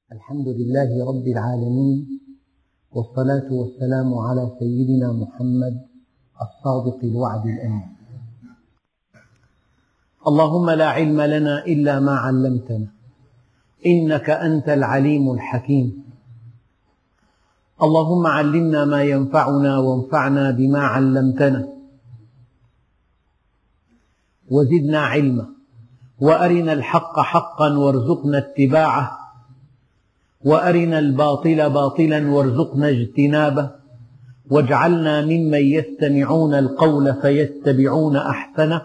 الحمد لله رب العالمين، والصلاة والسلام على سيدنا محمد الصادق الوعد الأمين. اللهم لا علم لنا إلا ما علمتنا إنك أنت العليم الحكيم. اللهم علمنا ما ينفعنا وانفعنا بما علمتنا وزدنا علما، وأرنا الحق حقا وارزقنا اتباعه، وأرنا الباطل باطلا وارزقنا اجتنابه، واجعلنا ممن يستمعون القول فيتبعون أحسنه،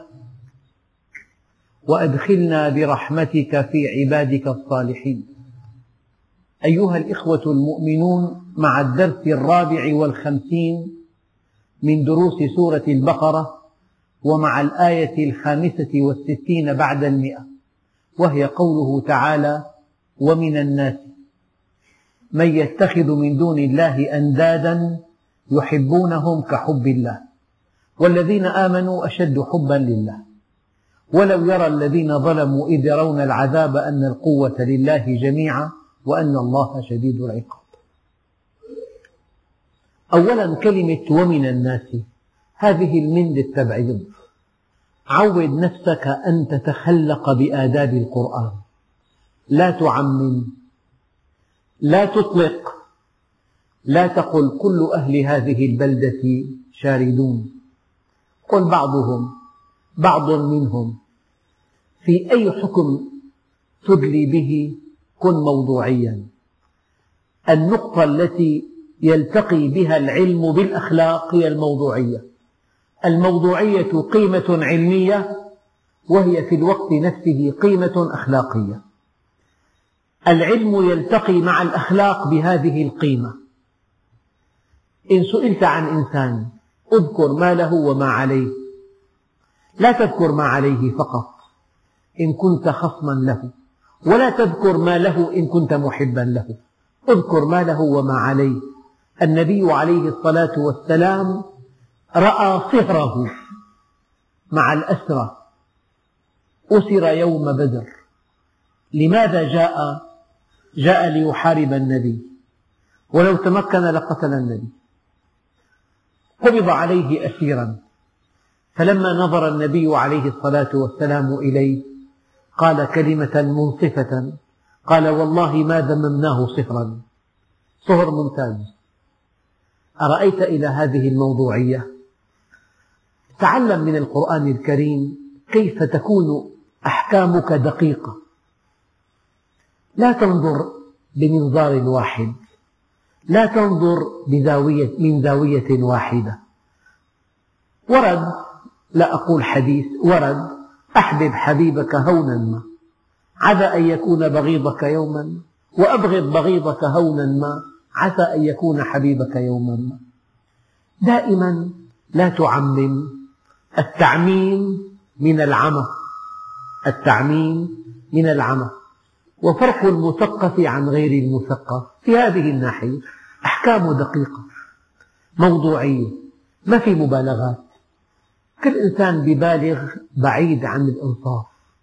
وأدخلنا برحمتك في عبادك الصالحين. أيها الإخوة المؤمنون، مع الدرس 54 من دروس سورة البقرة، ومع الآية 65 بعد 100، وهي قوله تعالى: ومن الناس من يتخذ من دون الله أندادا يحبونهم كحب الله والذين آمنوا أشد حبا لله ولو يرى الذين ظلموا إذ يرون العذاب أن القوة لله جميعا وأن الله شديد العقاب. أولا، كلمة ومن الناس هذه المن للتبعيض. عود نفسك أن تتخلق بآداب القرآن، لا تعمم، لا تطلق، لا تقل كل أهل هذه البلدة شاردون، قل بعض منهم. في أي حكم تدلي به كن موضوعيا. النقطة التي يلتقي بها العلم بالأخلاق هي الموضوعية. الموضوعية قيمة علمية، وهي في الوقت نفسه قيمة أخلاقية. العلم يلتقي مع الأخلاق بهذه القيمة. إن سئلت عن إنسان اذكر ما له وما عليه، لا تذكر ما عليه فقط إن كنت خصما له، ولا تذكر ما له إن كنت محبا له، اذكر ما له وما عليه. النبي عليه الصلاة والسلام رأى صهره مع الأسرى، أسر يوم بدر. لماذا جاء ليحارب النبي، ولو تمكن لقتل النبي. قبض عليه أسيرا، فلما نظر النبي عليه الصلاة والسلام إليه قال كلمة منصفة، قال: والله ما ذممناه صهرا، صهر ممتاز. أرأيت إلى هذه الموضوعية؟ تعلم من القرآن الكريم كيف تكون أحكامك دقيقة. لا تنظر بمنظار واحد، لا تنظر من زاوية واحدة. ورد، لا أقول حديث، ورد: أحبب حبيبك هونا ما، عسى أن يكون بغيضك يوما، وأبغض بغيضك هونا ما، عسى أن يكون حبيبك يوما ما. دائما لا تعمم. التعميم من العمى، التعميم من العمى. وفرق المثقف عن غير المثقف في هذه الناحية: أحكام دقيقة موضوعية، ما في مبالغات. كل إنسان ببالغ بعيد عن الإنصاف.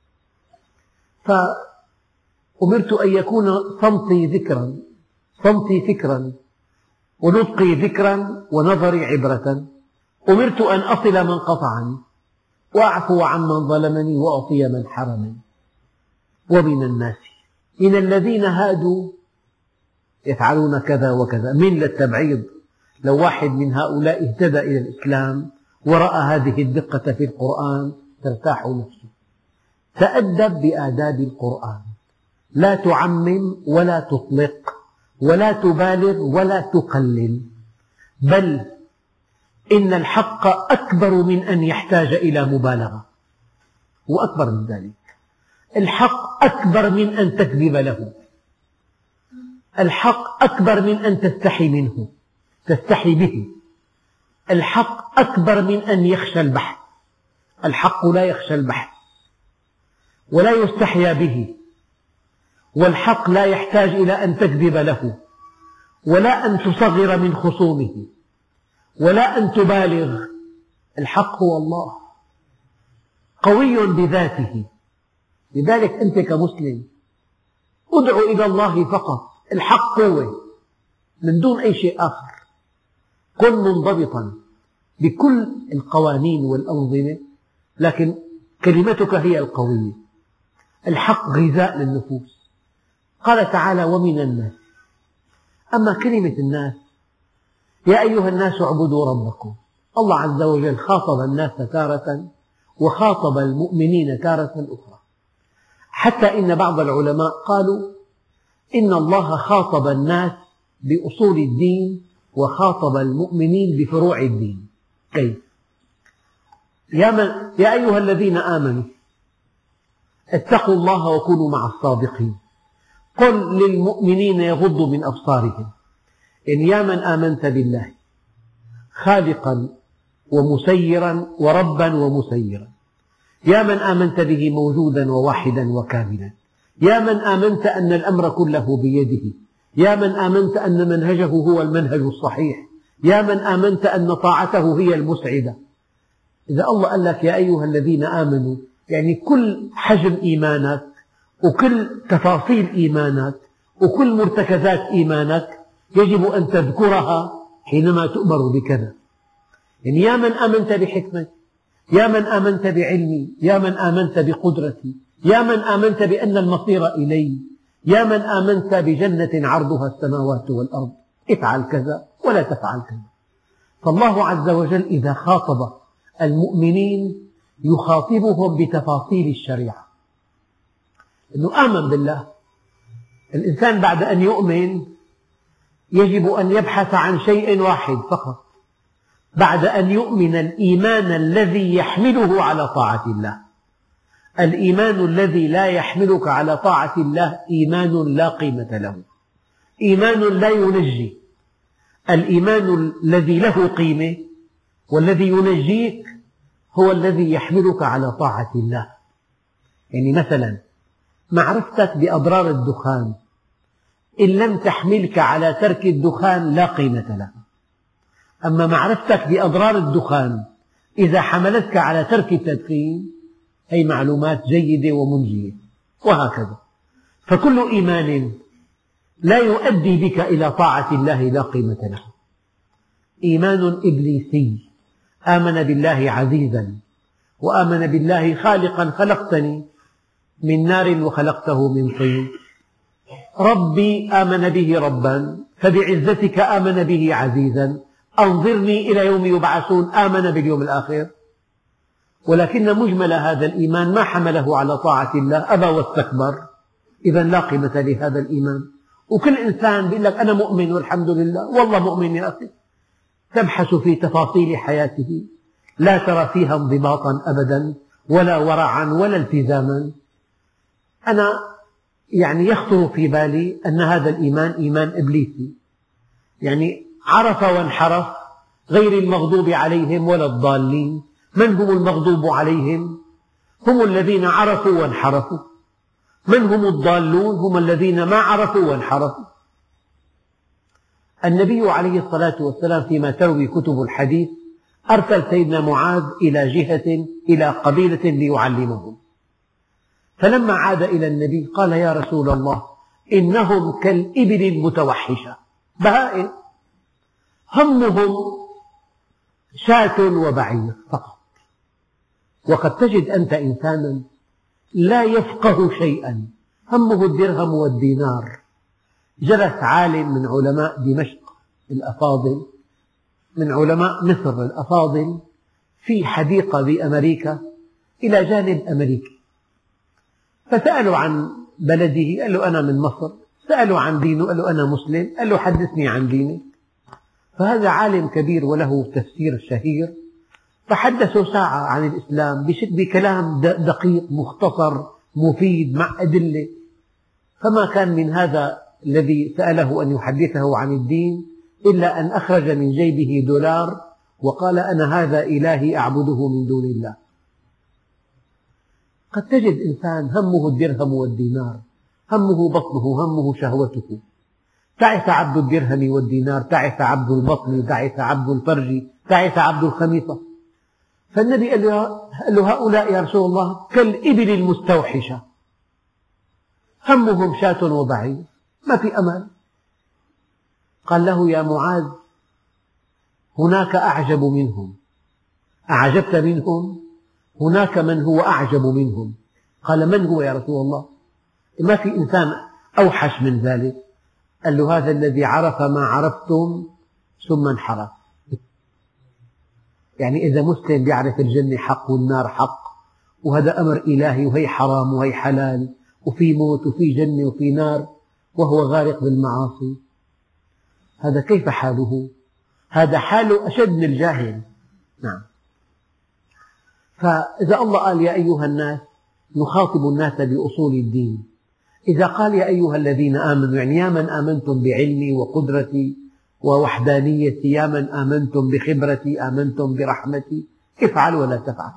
فأمرت أن يكون صمتي ذكرا، صمتي فكرا، ونطقي ذكرا، ونظري عبرة. أمرت أن أصل من قطعني، وأعفو عمن ظلمني، وأعطي من حرمني. ومن الناس من الذين هادوا يفعلون كذا وكذا، من للتبعيض. لو واحد من هؤلاء اهتدى إلى الإسلام ورأى هذه الدقة في القرآن ترتاح نفسه. تأدب بآداب القرآن، لا تعمم ولا تطلق ولا تبالغ ولا تقلل، بل إن الحق أكبر من أن يحتاج إلى مبالغة، وأكبر من ذلك. الحق أكبر من أن تكذب له، الحق أكبر من أن تستحي منه، تستحي به. الحق أكبر من أن يخشى البحث، الحق لا يخشى البحث ولا يستحيا به. والحق لا يحتاج إلى أن تكذب له، ولا أن تصغر من خصومه، ولا أن تبالغ. الحق هو الله، قوي بذاته. لذلك أنت كمسلم ادع إلى الله فقط، الحق قوة من دون أي شيء آخر. كن منضبطا بكل القوانين والأنظمة، لكن كلمتك هي القوية. الحق غذاء للنفوس. قال تعالى: ومن الناس. أما كلمة الناس، يا أيها الناس اعبدوا ربكم. الله عز وجل خاطب الناس تارة وخاطب المؤمنين تارة أخرى، حتى إن بعض العلماء قالوا إن الله خاطب الناس بأصول الدين وخاطب المؤمنين بفروع الدين. كيف؟ يا أيها الذين آمنوا اتقوا الله وكونوا مع الصادقين. قل للمؤمنين يغضوا من أبصارهم. إن يا من آمنت بالله خالقا ومسيرا وربا ومسيرا، يا من آمنت به موجودا وواحدا وكاملا، يا من آمنت أن الأمر كله بيده، يا من آمنت أن منهجه هو المنهج الصحيح، يا من آمنت أن طاعته هي المسعدة. إذا الله قال لك يا أيها الذين آمنوا، يعني كل حجم إيمانك وكل تفاصيل إيمانك وكل مرتكزات إيمانك يجب أن تذكرها حينما تؤمر بكذا. يعني يا من آمنت بحكمتي، يا من آمنت بعلمي، يا من آمنت بقدرتي، يا من آمنت بأن المصير إلي، يا من آمنت بجنة عرضها السماوات والأرض، افعل كذا ولا تفعل كذا. فالله عز وجل إذا خاطب المؤمنين يخاطبهم بتفاصيل الشريعة، إنه آمن بالله. الإنسان بعد أن يؤمن يجب أن يبحث عن شيء واحد فقط، بعد أن يؤمن الإيمان الذي يحمله على طاعة الله. الإيمان الذي لا يحملك على طاعة الله إيمان لا قيمة له، إيمان لا ينجي. الإيمان الذي له قيمة والذي ينجيك هو الذي يحملك على طاعة الله. يعني مثلا معرفتك بأضرار الدخان إن لم تحملك على ترك الدخان لا قيمة لها، أما معرفتك بأضرار الدخان إذا حملتك على ترك التدخين هي معلومات جيدة ومنجية، وهكذا. فكل إيمان لا يؤدي بك إلى طاعة الله لا قيمة له. إيمان إبليسي آمن بالله عزيزا وآمن بالله خالقا خلقتني من نار وخلقته من طين. ربي آمن به ربا فبعزتك آمن به عزيزا أنظرني إلى يوم يبعثون. آمن باليوم الآخر، ولكن مجمل هذا الإيمان ما حمله على طاعة الله، أبى واستكبر. إذا لا قيمة لهذا الإيمان. وكل إنسان يقول لك أنا مؤمن والحمد لله، والله مؤمن يا أخي. تبحث في تفاصيل حياته لا ترى فيها انضباطا أبدا ولا ورعا ولا التزاما. أنا يعني يخطر في بالي أن هذا الإيمان إيمان إبليسي، يعني عرف وانحرف، غير المغضوب عليهم ولا الضالين. من هم المغضوب عليهم؟ هم الذين عرفوا وانحرفوا. من هم الضالون؟ هم الذين ما عرفوا وانحرفوا. النبي عليه الصلاة والسلام فيما تروي كتب الحديث أرسل سيدنا معاذ إلى جهة إلى قبيلة ليعلمهم، فلما عاد إلى النبي قال يا رسول الله إنهم كالإبل المتوحشة، بهائم همهم شاة وبعير فقط. وقد تجد أنت إنسانا لا يفقه شيئا همه الدرهم والدينار. جلس عالم من علماء دمشق الأفاضل، من علماء مصر الأفاضل، في حديقة بأمريكا إلى جانب أمريكي، فسألوا عن بلده، قال له أنا من مصر. سألوا عن دينه، قال له أنا مسلم. قال له حدثني عن دينك. فهذا عالم كبير وله تفسير شهير، فحدثوا ساعة عن الإسلام بكلام دقيق مختصر مفيد مع أدلة. فما كان من هذا الذي سأله أن يحدثه عن الدين إلا أن أخرج من جيبه دولار وقال أنا هذا إلهي أعبده من دون الله. قد تجد إنسان همه الدرهم والدينار، همه بطنه، همه شهوته. تعس عبد الدرهم والدينار، تعس عبد البطن، تعس عبد الفرج، تعس عبد الخميصة. فالنبي قال له هؤلاء يا رسول الله كالإبل المستوحشة، همهم شاة وبعير، ما في أمل. قال له: يا معاذ، هناك أعجب منهم. أعجبت منهم؟ هناك من هو أعجب منهم. قال: من هو يا رسول الله؟ ما في إنسان أوحش من ذلك. قال له: هذا الذي عرف ما عرفتم ثم انحرف. يعني إذا مسلم يعرف الجنة حق والنار حق، وهذا أمر إلهي، وهي حرام وهي حلال، وفي موت وفي جنة وفي نار، وهو غارق بالمعاصي، هذا كيف حاله؟ هذا حاله أشد من الجاهل. نعم. فإذا الله قال: يا أيها الناس، نخاطب الناس بأصول الدين. إذا قال: يا أيها الذين آمنوا، يعني يا من آمنتم بعلمي وقدرتي ووحدانيتي، يا من آمنتم بخبرتي، آمنتم برحمتي، افعل ولا تفعل.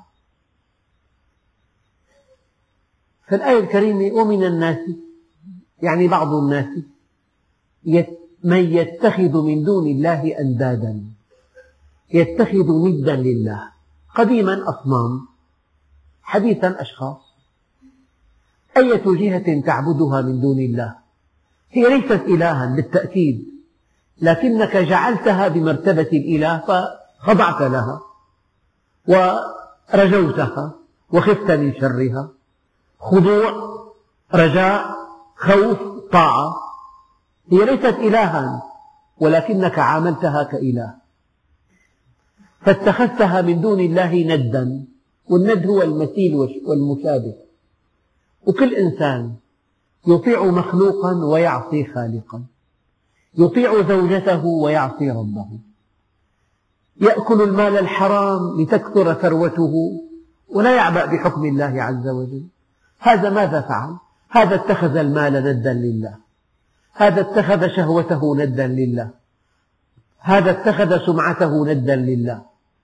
فالآية الكريمة: ومن الناس، يعني بعض الناس، من يتخذ من دون الله أندادا، يتخذ ندا لله. قديما أصنام، حديثا أشخاص. أية جهة تعبدها من دون الله؟ هي ليست إلها بالتأكيد، لكنك جعلتها بمرتبة الإله فخضعت لها ورجوتها وخفت من شرها. خضوع، رجاء، خوف، طاعة. هي ليست إلها، ولكنك عاملتها كإله، فاتخذتها من دون الله ندا. والند هو المثيل والمشابه. وكل إنسان يطيع مخلوقا ويعصي خالقا، يطيع زوجته ويعصي ربه، يأكل المال الحرام لتكثر ثروته ولا يعبأ بحكم الله عز وجل. هذا ماذا فعل؟ هذا اتخذ المال ندا لله، هذا اتخذ شهوته ندا لله، هذا اتخذ سمعته ندا لله.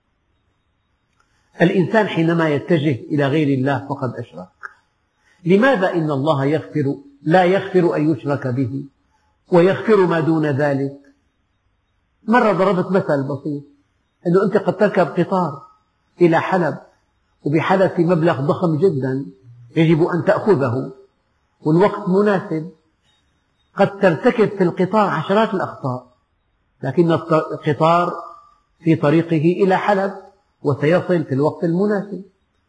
الإنسان حينما يتجه إلى غير الله فقد أشرك. لماذا؟ إن الله لا يغفر أن يشرك به ويغفر ما دون ذلك. مرة ضربت مثل بسيط، أنه أنت قد تركب قطار إلى حلب، وبحلب في مبلغ ضخم جدا يجب أن تأخذه، والوقت مناسب. قد ترتكب في القطار عشرات الأخطاء، لكن القطار في طريقه إلى حلب وسيصل في الوقت المناسب.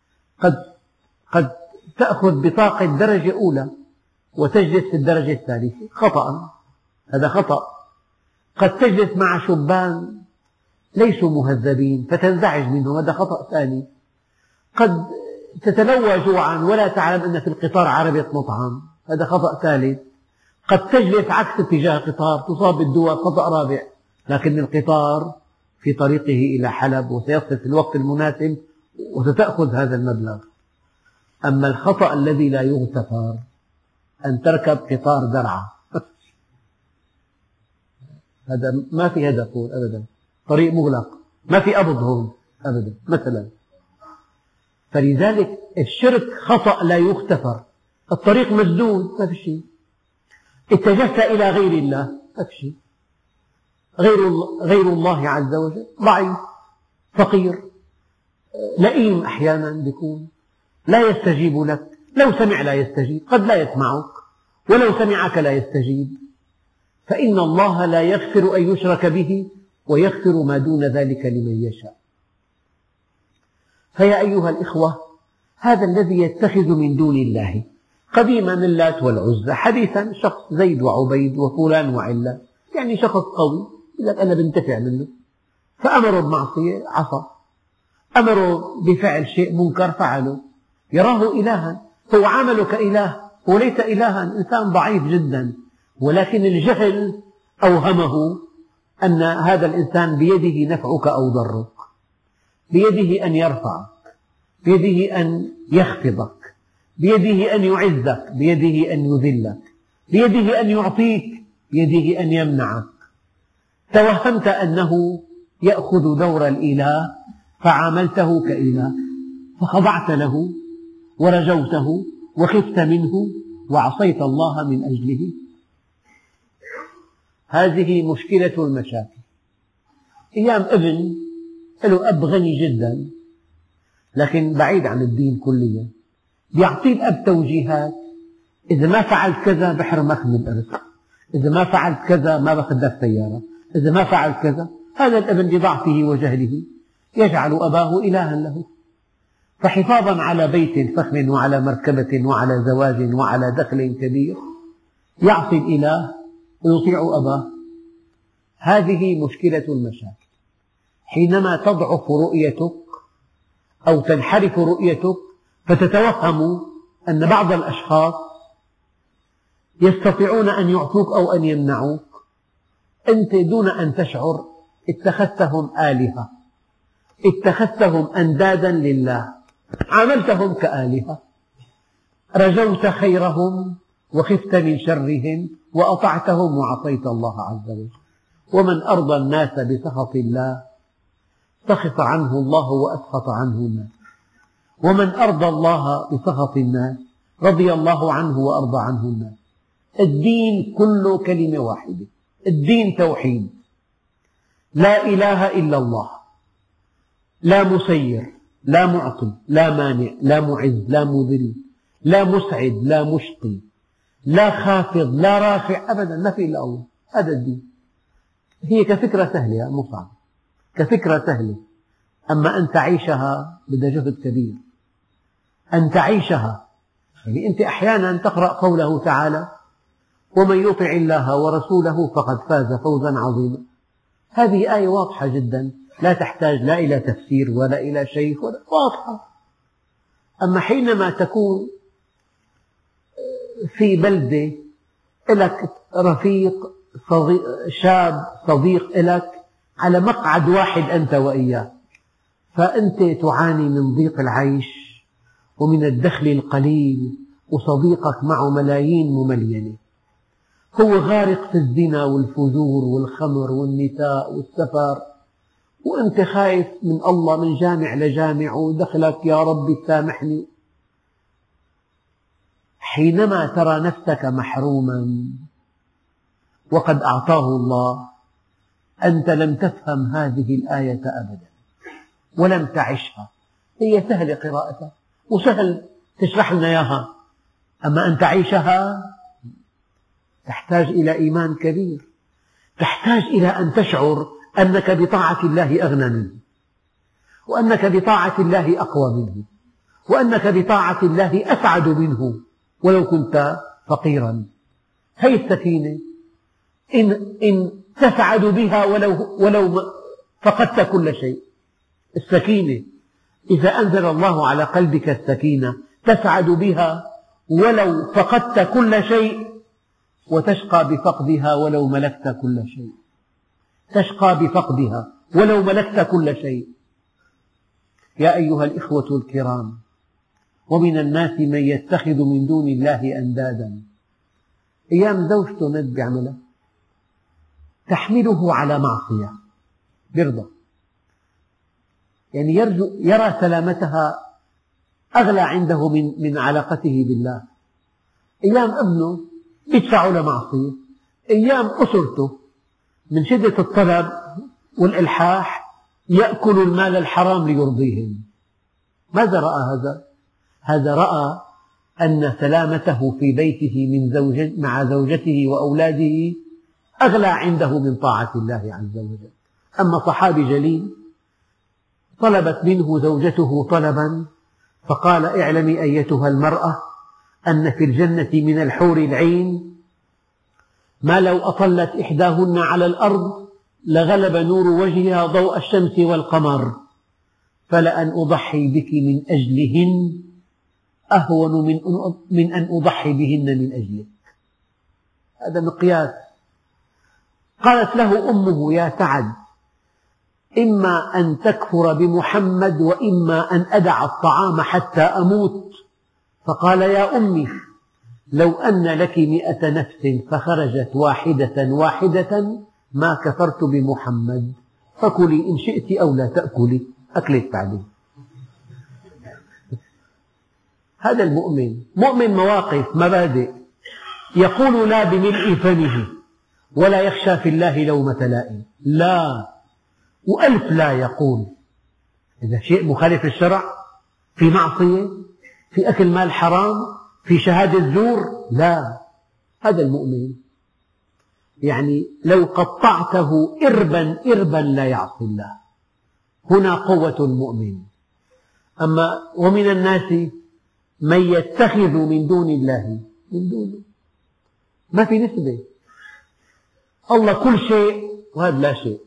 قد تأخذ بطاقة درجة أولى وتجلس في الدرجة الثالثة خطأ، هذا خطأ. قد تجلس مع شبان ليسوا مهذبين فتنزعج منهم، هذا خطأ ثاني. قد تتلوى جوعا ولا تعلم أن في القطار عربية مطعم، هذا خطأ ثالث. قد تجلس عكس اتجاه القطار تصاب بالدواء، خطأ رابع. لكن القطار في طريقه إلى حلب وسيصل في الوقت المناسب وستأخذ هذا المبلغ. أما الخطأ الذي لا يغتفر أن تركب قطار درعا، هذا ما في هدف أبدا، طريق مغلق، ما في قبض هون أبدا مثلا. فلذلك الشرك خطأ لا يغتفر. الطريق مسدود، ما في شيء. اتجهت إلى غير الله، ما في شيء. غير الله عز وجل ضعيف، فقير، لئيم، أحيانا بيكون لا يستجيب لك. لو سمع لا يستجيب، قد لا يسمعك، ولو سمعك لا يستجيب. فإن الله لا يغفر أن يشرك به ويغفر ما دون ذلك لمن يشاء. فيا أيها الإخوة، هذا الذي يتخذ من دون الله، قديما اللات والعزى، حديثا شخص زيد وعبيد وفلان وعلان، يعني شخص قوي يقول لك أنا بنتفع منه، فأمره بمعصية عصى، أمره بفعل شيء منكر فعله، يراه إلها، هو عامله كإله، هو ليس إلها، إنسان ضعيف جدا. ولكن الجهل أوهمه أن هذا الإنسان بيده نفعك أو ضرك، بيده أن يرفعك، بيده أن يخفضك، بيده أن يعزك، بيده أن يذلك، بيده أن يعطيك، بيده أن يمنعك. توهمت أنه يأخذ دور الإله فعاملته كإله، فخضعت له ورجوته وخفت منه وعصيت الله من أجله. هذه مشكلة المشاكل. أيام ابن له أب غني جدا لكن بعيد عن الدين كليا، يعطي الأب توجيهات إذا ما فعلت كذا بحرمك من الإرث، إذا ما فعلت كذا ما باخذ لك سيارة، إذا ما فعلت كذا. هذا الابن بضعفه وجهله يجعل أباه إلها له، فحفاظا على بيت فخم وعلى مركبة وعلى زواج وعلى دخل كبير يعصي الإله ويطيع أباه. هذه مشكلة المشاكل. حينما تضعف رؤيتك أو تنحرف رؤيتك فتتوهم أن بعض الأشخاص يستطيعون أن يعطوك أو أن يمنعوك، أنت دون أن تشعر اتخذتهم آلهة، اتخذتهم أندادا لله، عاملتهم كآلهة، رجوت خيرهم وخفت من شرهم وأطعتهم وعصيت الله عز وجل. ومن أرضى الناس بسخط الله سخط عنه الله وأسخط عنه الناس، ومن أرضى الله بسخط الناس رضي الله عنه وأرضى عنه الناس. الدين كله كلمة واحدة، الدين توحيد، لا إله إلا الله، لا مسير، لا معطي، لا مانع، لا معز، لا مذل، لا مسعد، لا مشقي، لا خافض، لا رافع، أبدا ما في إلا الله. هذا الدين. هي كفكرة سهلة مو صعبة، كفكرة سهلة، أما أن تعيشها بدها جهد كبير. أن تعيشها يعني أنت أحيانا تقرأ قوله تعالى: ومن يطع الله ورسوله فقد فاز فوزا عظيما. هذه آية واضحة جدا، لا تحتاج لا إلى تفسير ولا إلى شيخ، ولا واضحة. أما حينما تكون في بلدة لك رفيق شاب صديق لك على مقعد واحد أنت وإياه، فأنت تعاني من ضيق العيش ومن الدخل القليل، وصديقك معه ملايين مملينة، هو غارق في الزنا والفجور والخمر والنساء والسفر، وأنت خايف من الله من جامع لجامع ودخلك يا ربي سامحني. حينما ترى نفسك محروما وقد أعطاه الله، أنت لم تفهم هذه الآية أبدا ولم تعشها. هي سهلة قراءتها وسهل تشرح لنا إياها، أما أن تعيشها تحتاج إلى إيمان كبير، تحتاج إلى أن تشعر أنك بطاعة الله أغنى منه، وأنك بطاعة الله أقوى منه، وأنك بطاعة الله أسعد منه ولو كنت فقيرا. هذه السكينة إن تسعد بها ولو فقدت كل شيء. السكينة إذا أنزل الله على قلبك السكينة تسعد بها ولو فقدت كل شيء، وتشقى بفقدها ولو ملكت كل شيء. تشقى بفقدها ولو ملكت كل شيء. يا أيها الإخوة الكرام، ومن الناس من يتخذ من دون الله أندادا. أيام زوجته ند بيعملها، تحمله على معصية برضى، يعني يرى سلامتها أغلى عنده من علاقته بالله. أيام ابنه يدفع لمعصية، أيام أسرته من شدة الطلب والإلحاح يأكل المال الحرام ليرضيهم. ماذا رأى هذا؟ هذا رأى أن سلامته في بيته مع زوجته وأولاده أغلى عنده من طاعة الله عز وجل. أما صحابي جليل طلبت منه زوجته طلبا فقال: اعلمي أيتها المرأة أن في الجنة من الحور العين ما لو أطلت إحداهن على الأرض لغلب نور وجهها ضوء الشمس والقمر، فلأن أضحي بك من أجلهن أهون من أن أضحي بهن من أجلك. هذا مقياس. قالت له أمه: يا سعد، إما أن تكفر بمحمد وإما أن أدع الطعام حتى أموت. فقال: يا أمي، لو أن لك 100 نفس فخرجت واحدة ما كفرت بمحمد، فكلي إن شئت أو لا تأكلي. أكلت بعدين. هذا المؤمن، مؤمن مواقف مبادئ، يقول لا بملء فمه ولا يخشى في الله لومة لائم، لا وألف لا يقول. إذا شيء مخالف للشرع، في معصية، في أكل مال حرام، في شهادة زور؟ لا، هذا المؤمن. يعني لو قطعته إربا إربا لا يعصي الله. هنا قوة المؤمن. أما ومن الناس من يتخذ من دون الله، من دونه ما في نسبة، الله كل شيء وهذا لا شيء،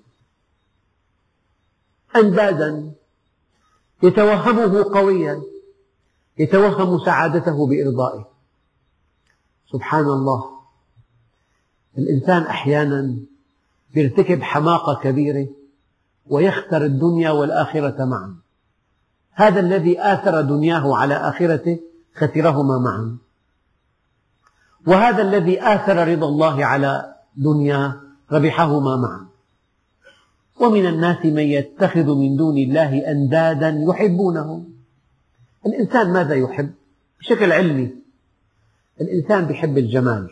أندادا يتوهمه قويا، يتوهم سعادته بإرضائه. سبحان الله، الإنسان أحيانا يرتكب حماقة كبيرة ويخسر الدنيا والآخرة معا. هذا الذي آثر دنياه على آخرته خسرهما معا، وهذا الذي آثر رضا الله على دنياه ربحهما معا. ومن الناس من يتخذ من دون الله أندادا يحبونهم. الإنسان ماذا يحب؟ بشكل علمي الإنسان يحب الجمال،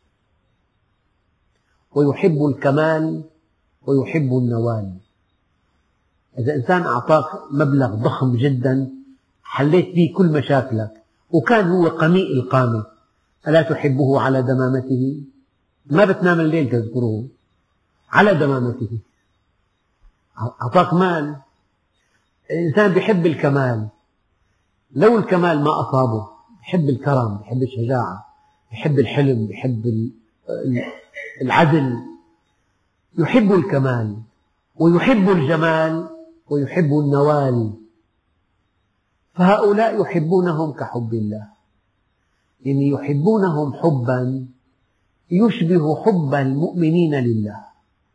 ويحب الكمال، ويحب النوال. إذا إنسان أعطاك مبلغ ضخم جدا حليت به كل مشاكلك وكان هو قميء القامة، ألا تحبه على دمامته؟ ما بتنام الليل تذكره على دمامته. أعطاك مال. الإنسان يحب الكمال، لو الكمال ما أصابه يحب الكرم، يحب الشجاعة، يحب الحلم، يحب العدل. يحب الكمال ويحب الجمال ويحب النوال. فهؤلاء يحبونهم كحب الله، يعني يحبونهم حبا يشبه حب المؤمنين لله.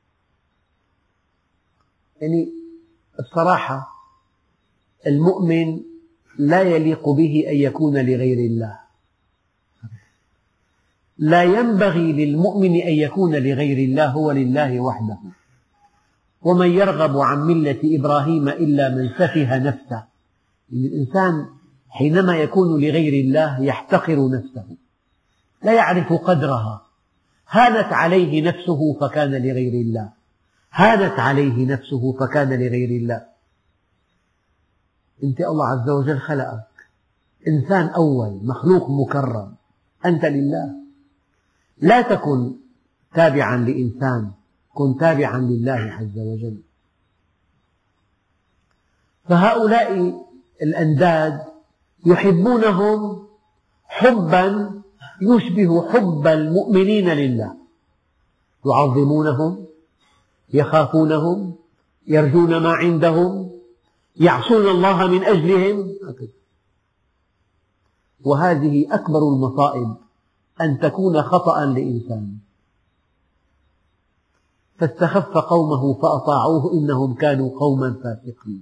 يعني الصراحة المؤمن لا يليق به أن يكون لغير الله، لا ينبغي للمؤمن أن يكون لغير الله، هو لله وحده. ومن يرغب عن ملة إبراهيم إلا من سفه نفسه. يعني الإنسان حينما يكون لغير الله يحتقر نفسه، لا يعرف قدرها. هانت عليه نفسه فكان لغير الله، هانت عليه نفسه فكان لغير الله. أنت الله عز وجل خلقك إنسان أول، مخلوق مكرم، أنت لله. لا تكن تابعا لإنسان، كن تابعا لله عز وجل. فهؤلاء الأنداد يحبونهم حبا يشبه حب المؤمنين لله، يعظمونهم، يخافونهم، يرجون ما عندهم، يعصون الله من أجلهم. وهذه أكبر المصائب، أن تكون خطأ لإنسان. فاستخف قومه فأطاعوه إنهم كانوا قوما فاسقين.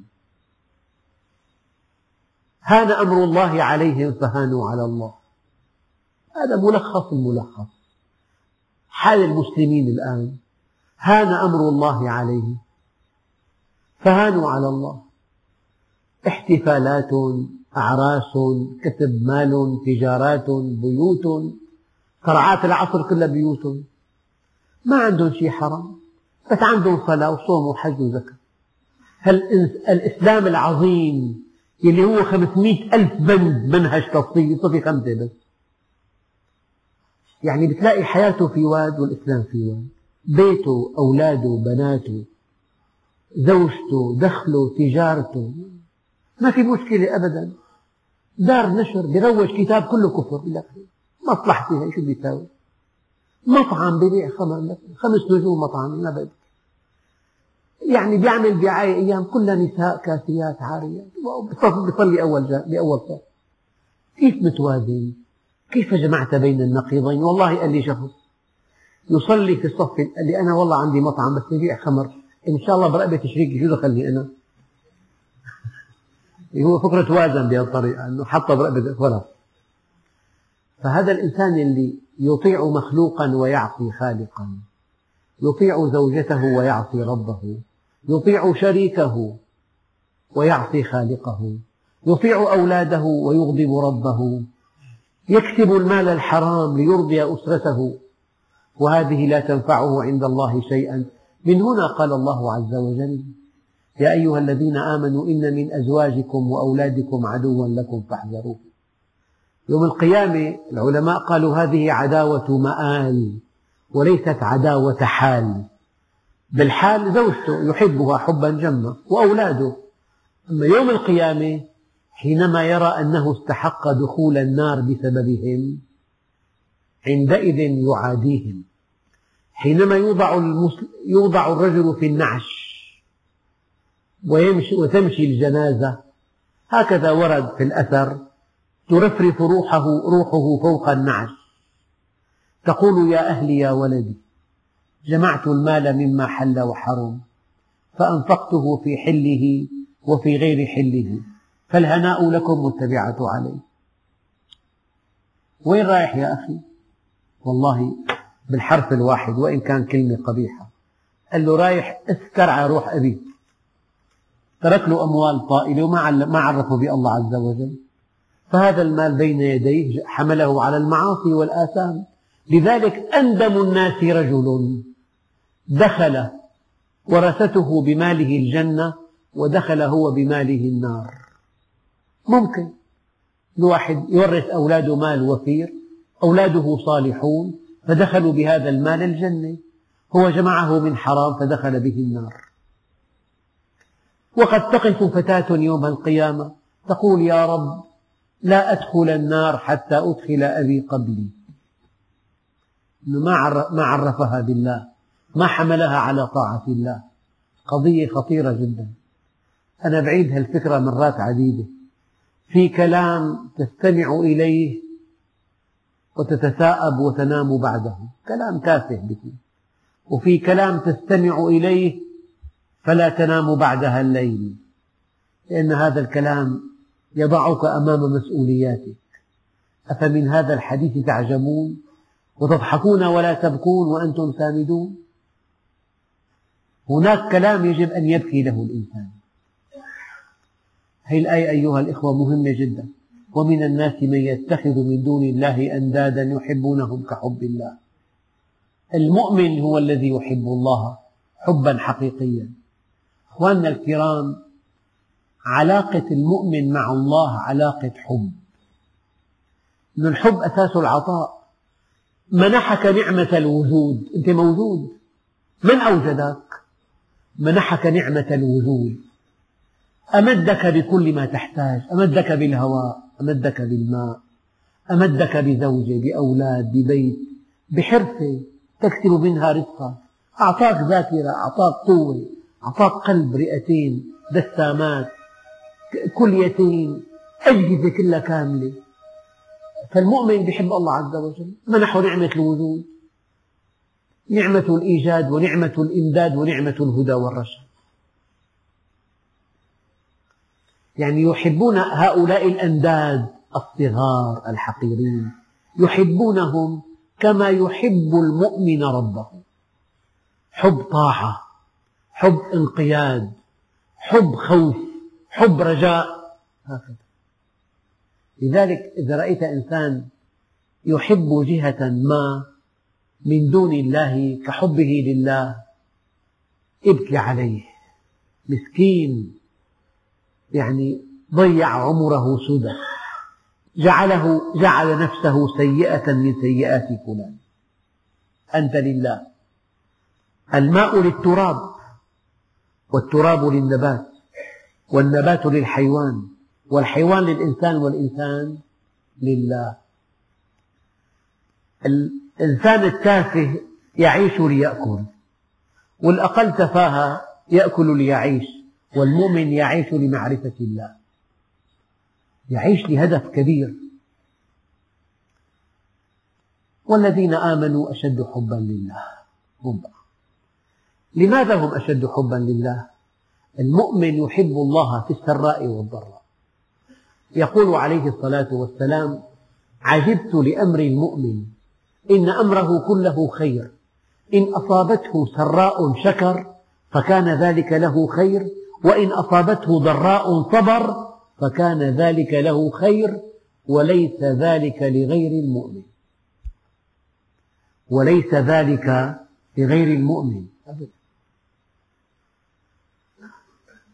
هان أمر الله عليهم فهانوا على الله. هذا ملخص الملخص. حال المسلمين الآن، هان أمر الله عليهم فهانوا على الله. احتفالات، أعراس، كسب مال، تجارات، بيوت، قرعات العصر كلها بيوت، ما عندهم شيء حرام، بس عندهم صلاة وصوم وحج وزكاة. الإسلام العظيم اللي هو 500,000 بند منهج تفصيلي صفي 5 بس. يعني بتلاقي حياته في واد والإسلام في واد، بيته، أولاده، بناته، زوجته، دخله، تجارته، ما في مشكلة أبدا. دار نشر بيروج كتاب كله كفر، يقول لك مصلحتي هي شو بيساوي؟ مطعم ببيع خمر 5 نجوم مطعم، ما بدك. يعني بيعمل دعاية أيام كلها نساء كاسيات عاريات، بيصلي بأول صف. كيف متوازن؟ كيف جمعت بين النقيضين؟ والله قال لي شخص يصلي في الصف، قال لي أنا والله عندي مطعم بس ببيع خمر، إن شاء الله برقبة شريكي، شو دخلني أنا؟ هو فكرة توازن بهذه الطريقة، أنه حطها برقبة خلاص. فهذا الإنسان اللي يطيع مخلوقا ويعصي خالقا، يطيع زوجته ويعصي ربه، يطيع شريكه ويعصي خالقه، يطيع أولاده ويغضب ربه، يكسب المال الحرام ليرضي أسرته، وهذه لا تنفعه عند الله شيئا. من هنا قال الله عز وجل: يا أيها الذين آمنوا إن من أزواجكم وأولادكم عدوا لكم فاحذروه. يوم القيامة العلماء قالوا هذه عداوة مآل وليست عداوة حال. بالحال زوجته يحبها حبا جما وأولاده، أما يوم القيامة حينما يرى أنه استحق دخول النار بسببهم عندئذ يعاديهم. حينما يوضع الرجل في النعش وتمشي الجنازة، هكذا ورد في الأثر، ترفرف روحه فوق النعش تقول يا أهلي يا ولدي جمعت المال مما حل وحرم فأنفقته في حله وفي غير حله فالهناء لكم والتبعة عليه. وين رايح يا أخي؟ والله بالحرف الواحد وإن كان كلمة قبيحة، قال له رايح استرعى روح أبي، ترك له أموال طائلة وما عرفه بالله عز وجل، فهذا المال بين يديه حمله على المعاصي والآثام. لذلك أندم الناس رجل دخل ورثته بماله الجنة ودخل هو بماله النار. ممكن الواحد يورث أولاده مال وفير، أولاده صالحون فدخلوا بهذا المال الجنة، هو جمعه من حرام فدخل به النار. وقد تقف فتاة يوم القيامة تقول يا رب لا أدخل النار حتى أدخل أبي قبلي. ما عرفها بالله، ما حملها على طاعة الله. قضية خطيرة جدا. أنا بعيد هالفكرة مرات عديدة. في كلام تستمع إليه وتتثاءب وتنام بعده، كلام تافه بكون، وفي كلام تستمع إليه فلا تنام بعدها الليل، لأن هذا الكلام يضعك أمام مسؤولياتك. أفمن هذا الحديث تعجبون وتضحكون ولا تبكون وأنتم سامدون؟ هناك كلام يجب أن يبكي له الإنسان. هذه الآية أيها الإخوة مهمة جدا. ومن الناس من يتخذ من دون الله أندادا يحبونهم كحب الله. المؤمن هو الذي يحب الله حبا حقيقيا. أخواننا الكرام، علاقة المؤمن مع الله علاقة حب، إن الحب أساس العطاء. منحك نعمة الوجود، أنت موجود، من أوجدك؟ منحك نعمة الوجود، أمدك بكل ما تحتاج، أمدك بالهواء، أمدك بالماء، أمدك بزوجة، بأولاد، ببيت، بحرفة تكسب منها رزقك، أعطاك ذاكرة، أعطاك قوة، أعطاك قلب، رئتين، دسامات، كليتين، أجهزة كلها كاملة. فالمؤمن يحب الله عز وجل، منحه نعمة الوجود، نعمة الإيجاد ونعمة الإمداد ونعمة الهدى والرشاد. يعني يحبون هؤلاء الأنداد الصغار الحقيرين، يحبونهم كما يحب المؤمن ربه، حب طاعة، حب انقياد، حب خوف، حب رجاء، هكذا. لذلك إذا رأيت إنسان يحب جهة ما من دون الله كحبه لله ابكي عليه، مسكين، يعني ضيع عمره سدى، جعل نفسه سيئة من سيئات فلان. أنت لله. الماء للتراب، والتراب للنبات، والنبات للحيوان، والحيوان للإنسان، والإنسان لله. الإنسان التافه يعيش ليأكل، والأقل تفاهة يأكل ليعيش، والمؤمن يعيش لمعرفة الله، يعيش لهدف كبير. والذين آمنوا أشد حبا لله. لماذا هم أشد حبا لله؟ المؤمن يحب الله في السراء والضراء. يقول عليه الصلاة والسلام: عجبت لأمر المؤمن إن أمره كله خير، إن أصابته سراء شكر فكان ذلك له خير، وإن أصابته ضراء صبر فكان ذلك له خير، وليس ذلك لغير المؤمن. وليس ذلك لغير المؤمن.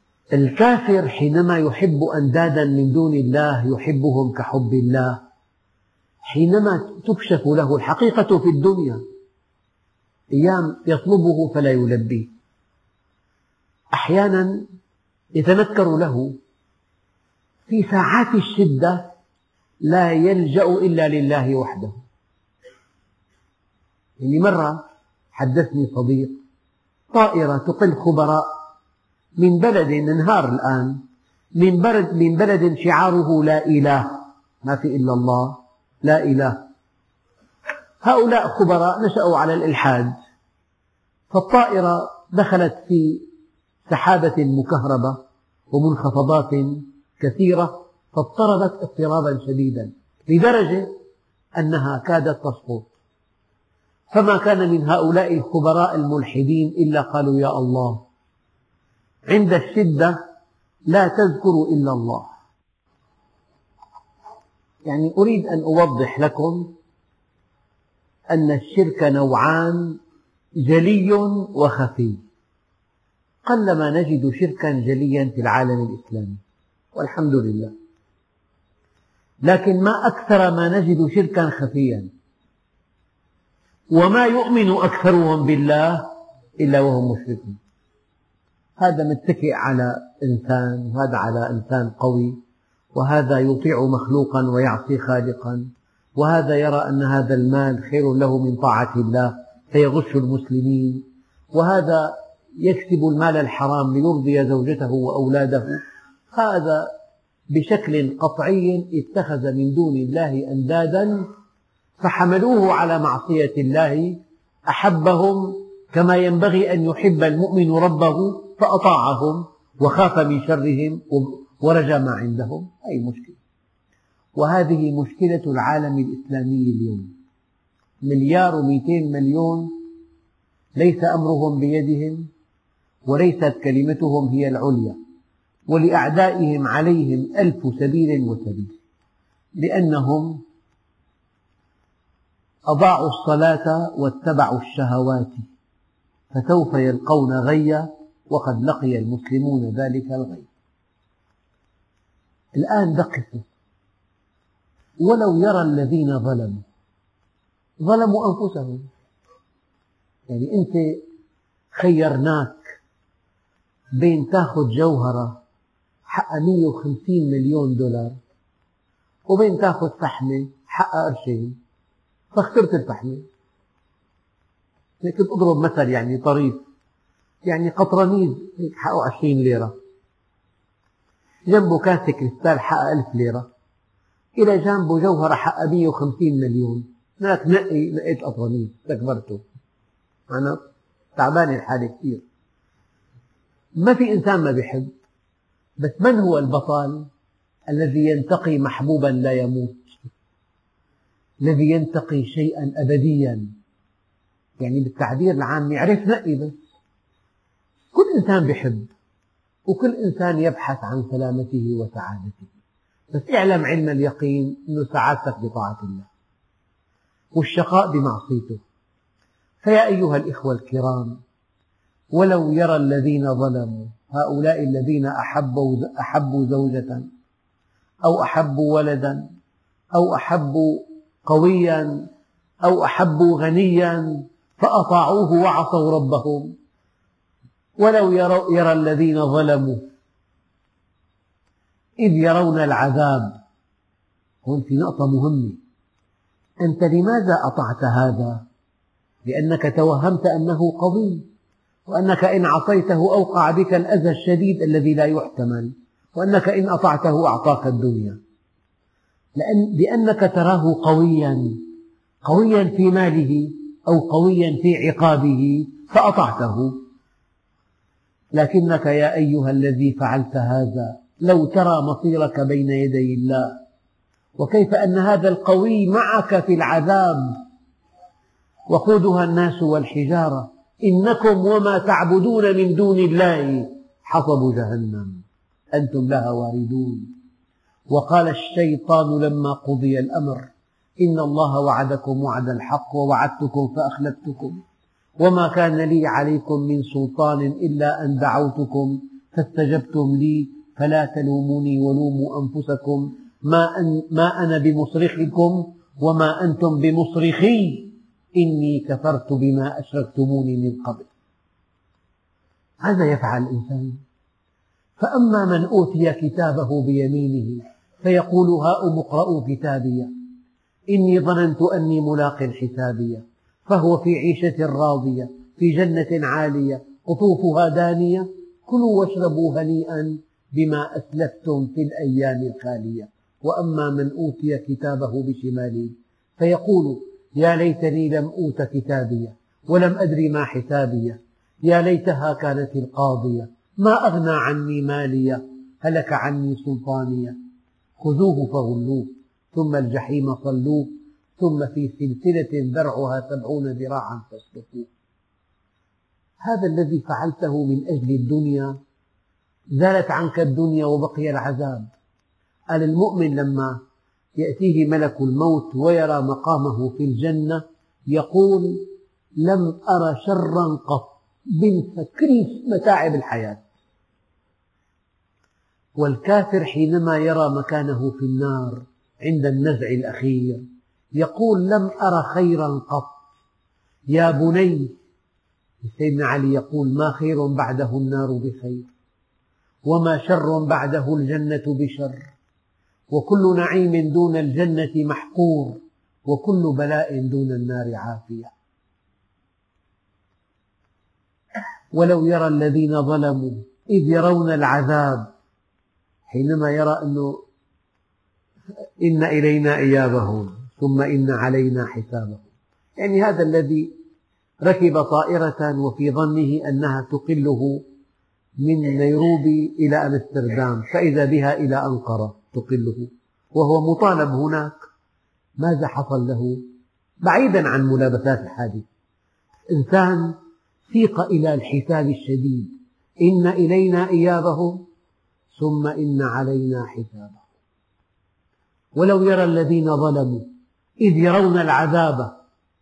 الكافر حينما يحب أندادا من دون الله يحبهم كحب الله، حينما تكشف له الحقيقة في الدنيا أيام يطلبه فلا يلبيه، أحيانا يتنكر له في ساعات الشدة لا يلجأ إلا لله وحده. يعني مرة حدثني صديق طائرة تقل خبراء من بلد انهار الآن، من بلد شعاره لا إله، ما في إلا الله، لا إله. هؤلاء خبراء نشأوا على الإلحاد، فالطائرة دخلت في سحابة مكهربة ومنخفضات كثيرة، فاضطربت اضطرابا شديدا لدرجة أنها كادت تسقط. فما كان من هؤلاء الخبراء الملحدين إلا قالوا يا الله، عند الشدة لا تذكروا إلا الله. يعني أريد أن أوضح لكم أن الشرك نوعان، جلي وخفي. قلما نجد شركا جليا في العالم الإسلامي والحمد لله، لكن ما أكثر ما نجد شركا خفيا، وما يؤمن أكثرهم بالله إلا وهم مشركون. هذا متكئ على إنسان، وهذا على إنسان قوي، وهذا يطيع مخلوقا ويعصي خالقا، وهذا يرى أن هذا المال خير له من طاعة الله فيغش المسلمين، وهذا يكسب المال الحرام ليرضي زوجته وأولاده. هذا بشكل قطعي اتخذ من دون الله أندادا فحملوه على معصية الله، أحبهم كما ينبغي أن يحب المؤمن ربه فأطاعهم وخاف من شرهم ورجى ما عندهم. أي مشكلة، وهذه مشكلة العالم الإسلامي اليوم. 1,200,000,000 ليس أمرهم بيدهم، وليست كلمتهم هي العليا، ولأعدائهم عليهم 1000 سبيل وسبيل، لأنهم أضاعوا الصلاة واتبعوا الشهوات فسوف يلقون غيا، وقد لقي المسلمون ذلك الغي. الآن بقفوا، ولو يرى الذين ظلموا أنفسهم. يعني أنت خيرناك بين تأخذ جوهرة حقها 150 مليون دولار وبين تأخذ فحمة حقها قرشين، فاخترت الفحمة. كنت أضرب مثل يعني طريف، يعني قطرنيز حقه 20 ليرة، جنبه كاسة كريستال حقها 1000 ليرة، إلى جنبه جوهرة حقها 150 مليون، هناك نقيت قطرنيز استكبرته، أنا تعبان الحالة كثير. ما في إنسان ما بيحب، بس من هو البطل؟ الذي ينتقي محبوبا لا يموت، الذي ينتقي شيئا أبديا. يعني بالتعبير العام يعرف نقي. بس كل إنسان بيحب، وكل إنسان يبحث عن سلامته وسعادته، بس اعلم علم اليقين أن سعادتك بطاعة الله والشقاء بمعصيته. فيا أيها الإخوة الكرام، ولو يرى الذين ظلموا، هؤلاء الذين أحبوا زوجة أو أحبوا ولدا أو أحبوا قويا أو أحبوا غنيا فأطاعوه وعصوا ربهم، ولو يرى الذين ظلموا إذ يرون العذاب. هون في نقطة مهمة، أنت لماذا أطعت هذا؟ لأنك توهمت أنه قوي، وأنك إن عصيته أوقع بك الأذى الشديد الذي لا يحتمل، وأنك إن أطعته أعطاك الدنيا، لأنك تراه قويا في ماله أو قويا في عقابه فأطعته. لكنك يا أيها الذي فعلت هذا لو ترى مصيرك بين يدي الله، وكيف أن هذا القوي معك في العذاب، وقودها الناس والحجارة، إنكم وما تعبدون من دون الله حصب جهنم أنتم لها واردون. وقال الشيطان لما قضي الأمر إن الله وعدكم وعد الحق ووعدتكم فأخلفتكم وما كان لي عليكم من سلطان إلا أن دعوتكم فاستجبتم لي فلا تلوموني ولوموا أنفسكم ما أنا بمصرخكم وما أنتم بمصرخي إني كفرت بما أشركتموني من قبل. هذا يفعل الإنسان. فأما من أوتي كتابه بيمينه فيقول هاؤم اقرءوا كتابي إني ظننت أني ملاق حسابي فهو في عيشة راضية في جنة عالية قطوفها دانية كلوا واشربوا هنيئا بما أسلفتم في الأيام الخالية. وأما من أوتي كتابه بشماله فيقول يا ليتني لم أوت كتابي ولم أدر ما حسابي يا ليتها كانت القاضية ما أغنى عني مالية هلك عني سلطانية خذوه فغلوه ثم الجحيم صلوه ثم في سلسلة ذرعها 70 ذراعا فاسلكوه. هذا الذي فعلته من أجل الدنيا زالت عنك الدنيا وبقي العذاب. قال المؤمن لما يأتيه ملك الموت ويرى مقامه في الجنة يقول لم أر شرا قط، بنسى كل متاعب الحياة. والكافر حينما يرى مكانه في النار عند النزع الأخير يقول لم أر خيرا قط. يا بني، سيدنا علي يقول ما خير بعده النار بخير وما شر بعده الجنة بشر وكل نعيم دون الجنة محقور وكل بلاء دون النار عافية. ولو يرى الذين ظلموا إذ يرون العذاب حينما يرى أنه إن إلينا إيابهم ثم إن علينا حسابهم، يعني هذا الذي ركب طائرة وفي ظنه أنها تقله من نيروبي إلى أمستردام فإذا بها إلى أنقرة تقله وهو مطالب هناك، ماذا حصل له؟ بعيدا عن ملابسات الحادث، إنسان سيق إلى الحساب الشديد إن إلينا إيابهم ثم إن علينا حسابهم. ولو يرى الذين ظلموا إذ يرون العذاب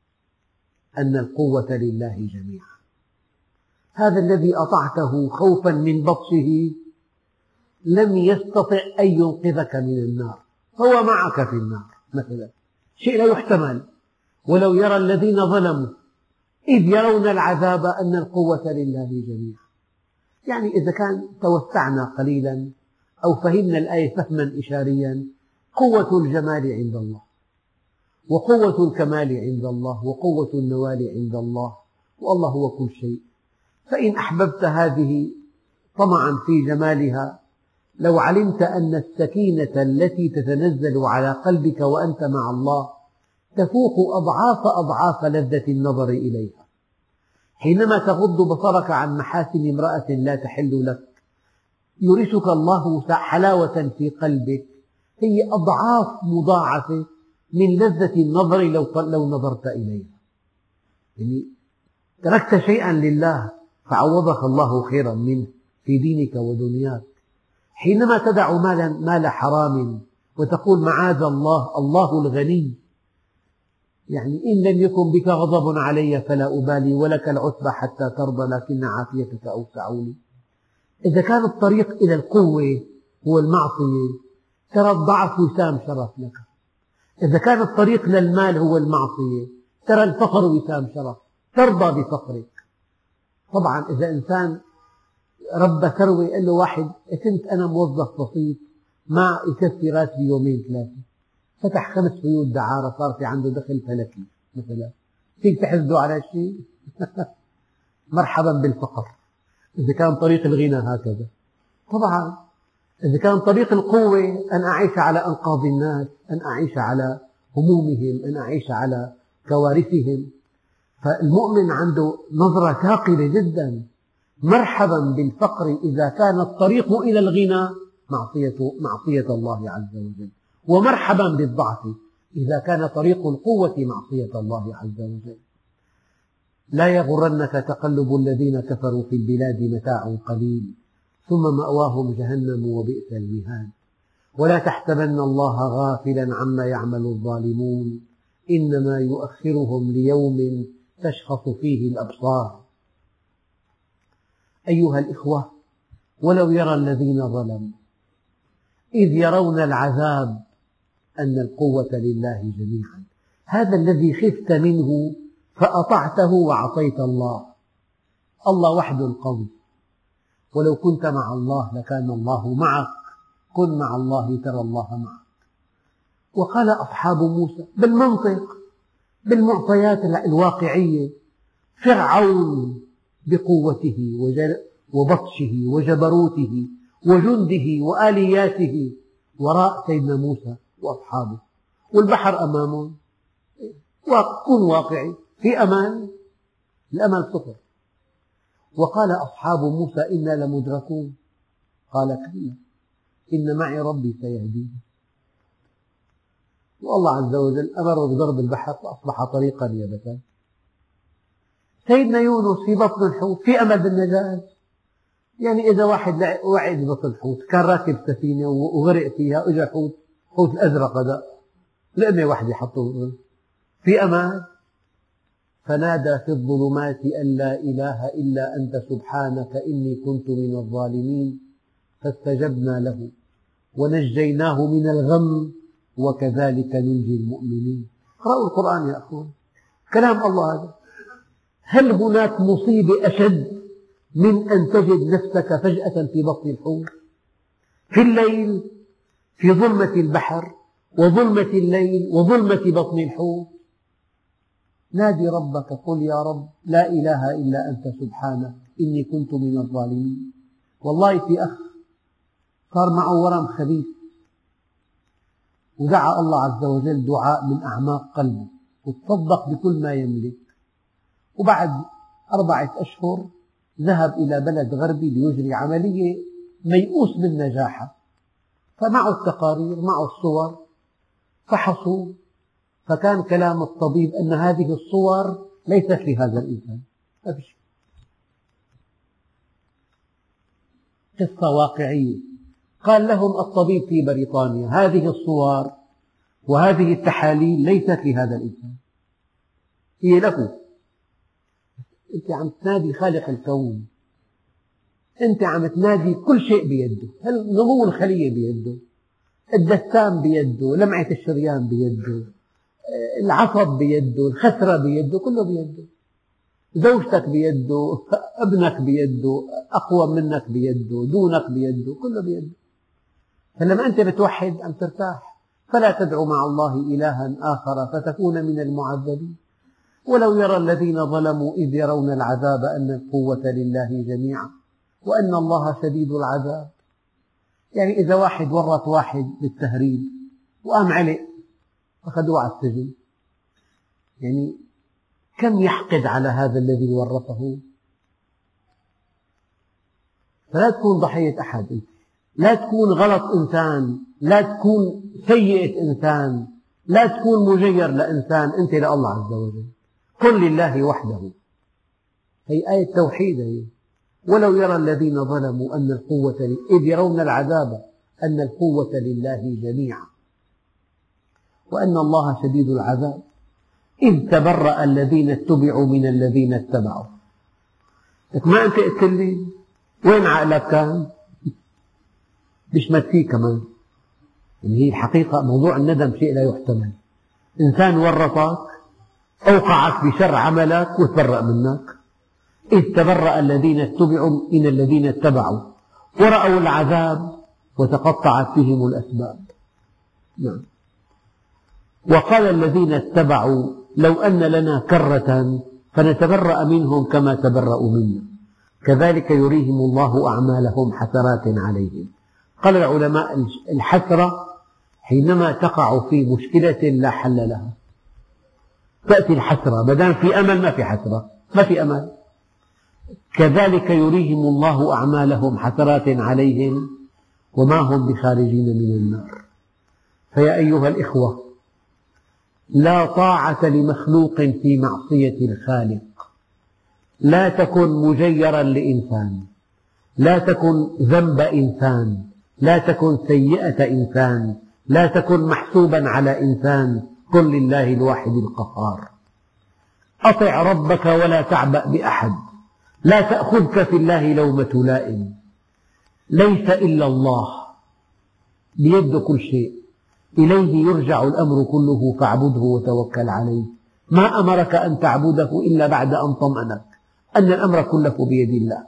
أن القوة لله جميعا. هذا الذي أطعته خوفا من بطشه لم يستطع أن ينقذك من النار، هو معك في النار مثلا، شيء لا يحتمل. ولو يرى الذين ظلموا إذ يرون العذاب أن القوة لله جميعا. يعني إذا كان توسعنا قليلا أو فهمنا الآية فهما إشاريا، قوة الجمال عند الله وقوة الكمال عند الله وقوة النوال عند الله، والله هو كل شيء. فإن أحببت هذه طمعا في جمالها، لو علمت أن السكينة التي تتنزل على قلبك وأنت مع الله تفوق أضعاف لذة النظر إليها. حينما تغض بصرك عن محاسن امرأة لا تحل لك يورثك الله حلاوة في قلبك هي أضعاف مضاعفة من لذة النظر لو نظرت إليها. يعني تركت شيئا لله فعوضك الله خيرا منه في دينك ودنياك. حينما تدع مال حرام وتقول معاذ الله، الله الغني، يعني إن لم يكن بك غضب علي فلا أبالي ولك العتبى حتى ترضى لكن عافيتك أوسع لي. إذا كان الطريق إلى القوة هو المعصية ترى الضعف وسام شرف لك. إذا كان الطريق للمال هو المعصية ترى الفقر وسام شرف، ترضى بفقرك. طبعا إذا إنسان رب ثروة قال له واحد كنت أنا موظف بسيط ما يكفي راتبي يومين ثلاثة، فتح 5 بيوت دعارة صار في عنده دخل فلكي مثلا، فيك تحسده على شيء؟ مرحبا بالفقر إذا كان طريق الغنى هكذا. طبعا إذا كان طريق القوة أن أعيش على أنقاض الناس، أن أعيش على همومهم، أن أعيش على كوارثهم. فالمؤمن عنده نظرة ثاقبة جدا. مرحبا بالفقر إذا كان الطريق إلى الغنى معصية الله عز وجل، ومرحبا بالضعف إذا كان طريق القوة معصية الله عز وجل. لا يغرنك تقلب الذين كفروا في البلاد، متاع قليل ثم مأواهم جهنم وبئس المهاد. ولا تحسبن الله غافلا عما يعمل الظالمون إنما يؤخرهم ليوم تشخص فيه الأبصار. أيها الإخوة، ولو يرى الذين ظلموا إذ يرون العذاب أن القوة لله جميعا. هذا الذي خفت منه فأطعته وعصيت الله. الله وحده القوي، ولو كنت مع الله لكان الله معك. كن مع الله ترى الله معك. وقال أصحاب موسى بالمنطق، بالمعطيات الواقعية: فرعون بقوته وبطشه وجبروته وجنده وآلياته وراء سيدنا موسى وأصحابه، والبحر أمامهم. كن واقعي، في أمان؟ الأمل صفر. وقال أصحاب موسى إنا لمدركون. قال كلا إن معي ربي سيهدين. والله عز وجل أمره بضرب البحر فأصبح طريقا يبسا. سيدنا يونس في بطن الحوت، في أمل بالنجاة. يعني إذا واحد وعد ببطن الحوت، كان راكب سفينة وغرق فيها، إجا حوت الأزرق هذا لقمة واحدة حطوه، في أمان. فنادى في الظلمات أن لا إله إلا أنت سبحانك إني كنت من الظالمين فاستجبنا له ونجيناه من الغم وكذلك ننجي المؤمنين. اقرأوا القرآن يا أخوان، كلام الله هذا. هل هناك مصيبة أشد من أن تجد نفسك فجأة في بطن الحوت في الليل، في ظلمة البحر وظلمة الليل وظلمة بطن الحوت؟ نادي ربك، قل يا رب لا إله إلا أنت سبحانك إني كنت من الظالمين. والله في أخ صار معه ورم خبيث، ودعا الله عز وجل دعاء من أعماق قلبه وتصدق بكل ما يملك، وبعد 4 أشهر ذهب إلى بلد غربي ليجري عملية ميؤوس من نجاحها، فمعه التقارير معه الصور، فحصوا، فكان كلام الطبيب أن هذه الصور ليست لهذا الإنسان. ما في شيء. قصة واقعية. قال لهم الطبيب في بريطانيا هذه الصور وهذه التحاليل ليست لهذا الإنسان، هي له. أنت عم تنادي خالق الكون، أنت عم تنادي كل شيء بيده، نمو الخلية بيده، الدسام بيده، لمعة الشريان بيده، العصب بيده، الخسرة بيده، كله بيده. زوجتك بيده، ابنك بيده، أقوى منك بيده، دونك بيده، كله بيده. فلما أنت بتوحد عم ترتاح. فلا تدع مع الله إلها آخر فتكون من المعذبين. ولو يرى الذين ظلموا إذ يرون العذاب أن القوة لله جميعا وأن الله شديد العذاب. يعني إذا واحد ورط واحد بالتهريب وقام علق أخذوه على السجن، يعني كم يحقد على هذا الذي ورطه. فلا تكون ضحية أحد أنت، لا تكون غلط إنسان، لا تكون سيئة إنسان، لا تكون مجير لإنسان، أنت لله عز وجل. كن لله وحده. هي آية توحيد هي. ولو يرى الذين ظلموا أن القوة إذ يرون العذاب أن القوة لله جميعا وأن الله شديد العذاب إذ تبرأ الذين اتبعوا من الذين اتبعوا. لك ما أنت قلت لي وين عقلك كان؟ بشمت فيه كمان. يعني هي الحقيقة موضوع الندم شيء لا يحتمل. إنسان ورطك، أوقعك بشر عملك وتبرأ منك. إذ تبرأ الذين اتبعوا من الذين اتبعوا ورأوا العذاب وتقطعت بهم الأسباب. نعم. وقال الذين اتبعوا لو أن لنا كرة فنتبرأ منهم كما تبرأوا منا كذلك يريهم الله أعمالهم حسرات عليهم. قال العلماء الحسرة حينما تقع في مشكلة لا حل لها، تأتي الحسرة، ما دام في أمل ما في حسرة، ما في أمل. كذلك يريهم الله أعمالهم حسرات عليهم وما هم بخارجين من النار. فيا أيها الإخوة، لا طاعة لمخلوق في معصية الخالق. لا تكن مجيرا لإنسان، لا تكن ذنب إنسان، لا تكن سيئة إنسان، لا تكن محسوبا على إنسان. كن لله الواحد القهار. أطع ربك ولا تعبأ بأحد. لا تأخذك في الله لومة لائم. ليس إلا الله، بيده كل شيء. إليه يرجع الأمر كله فاعبده وتوكل عليه. ما أمرك أن تعبده إلا بعد أن طمأنك أن الأمر كله بيد الله.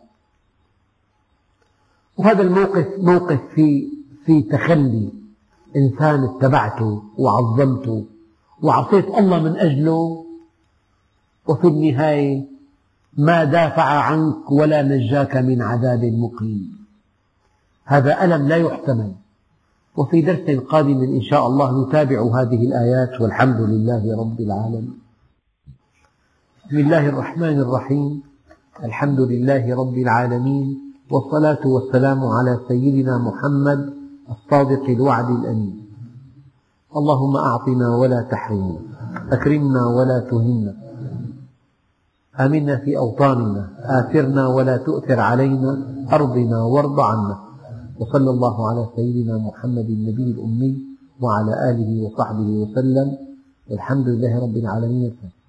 وهذا الموقف موقف في تخلي إنسان اتبعته وعظمته وعصيت الله من أجله، وفي النهاية ما دافع عنك ولا نجاك من عذاب مقيم. هذا ألم لا يحتمل. وفي درس قادم إن شاء الله نتابع هذه الآيات، والحمد لله رب العالمين. بسم الله الرحمن الرحيم. الحمد لله رب العالمين، والصلاة والسلام على سيدنا محمد الصادق الوعد الأمين. اللهم أعطنا ولا تحرمنا، أكرمنا ولا تهنا، آمنا في أوطاننا، آثرنا ولا تؤثر علينا، أرضنا وارض عنا. وصلى الله على سيدنا محمد النبي الأمي وعلى آله وصحبه وسلم، والحمد لله رب العالمين.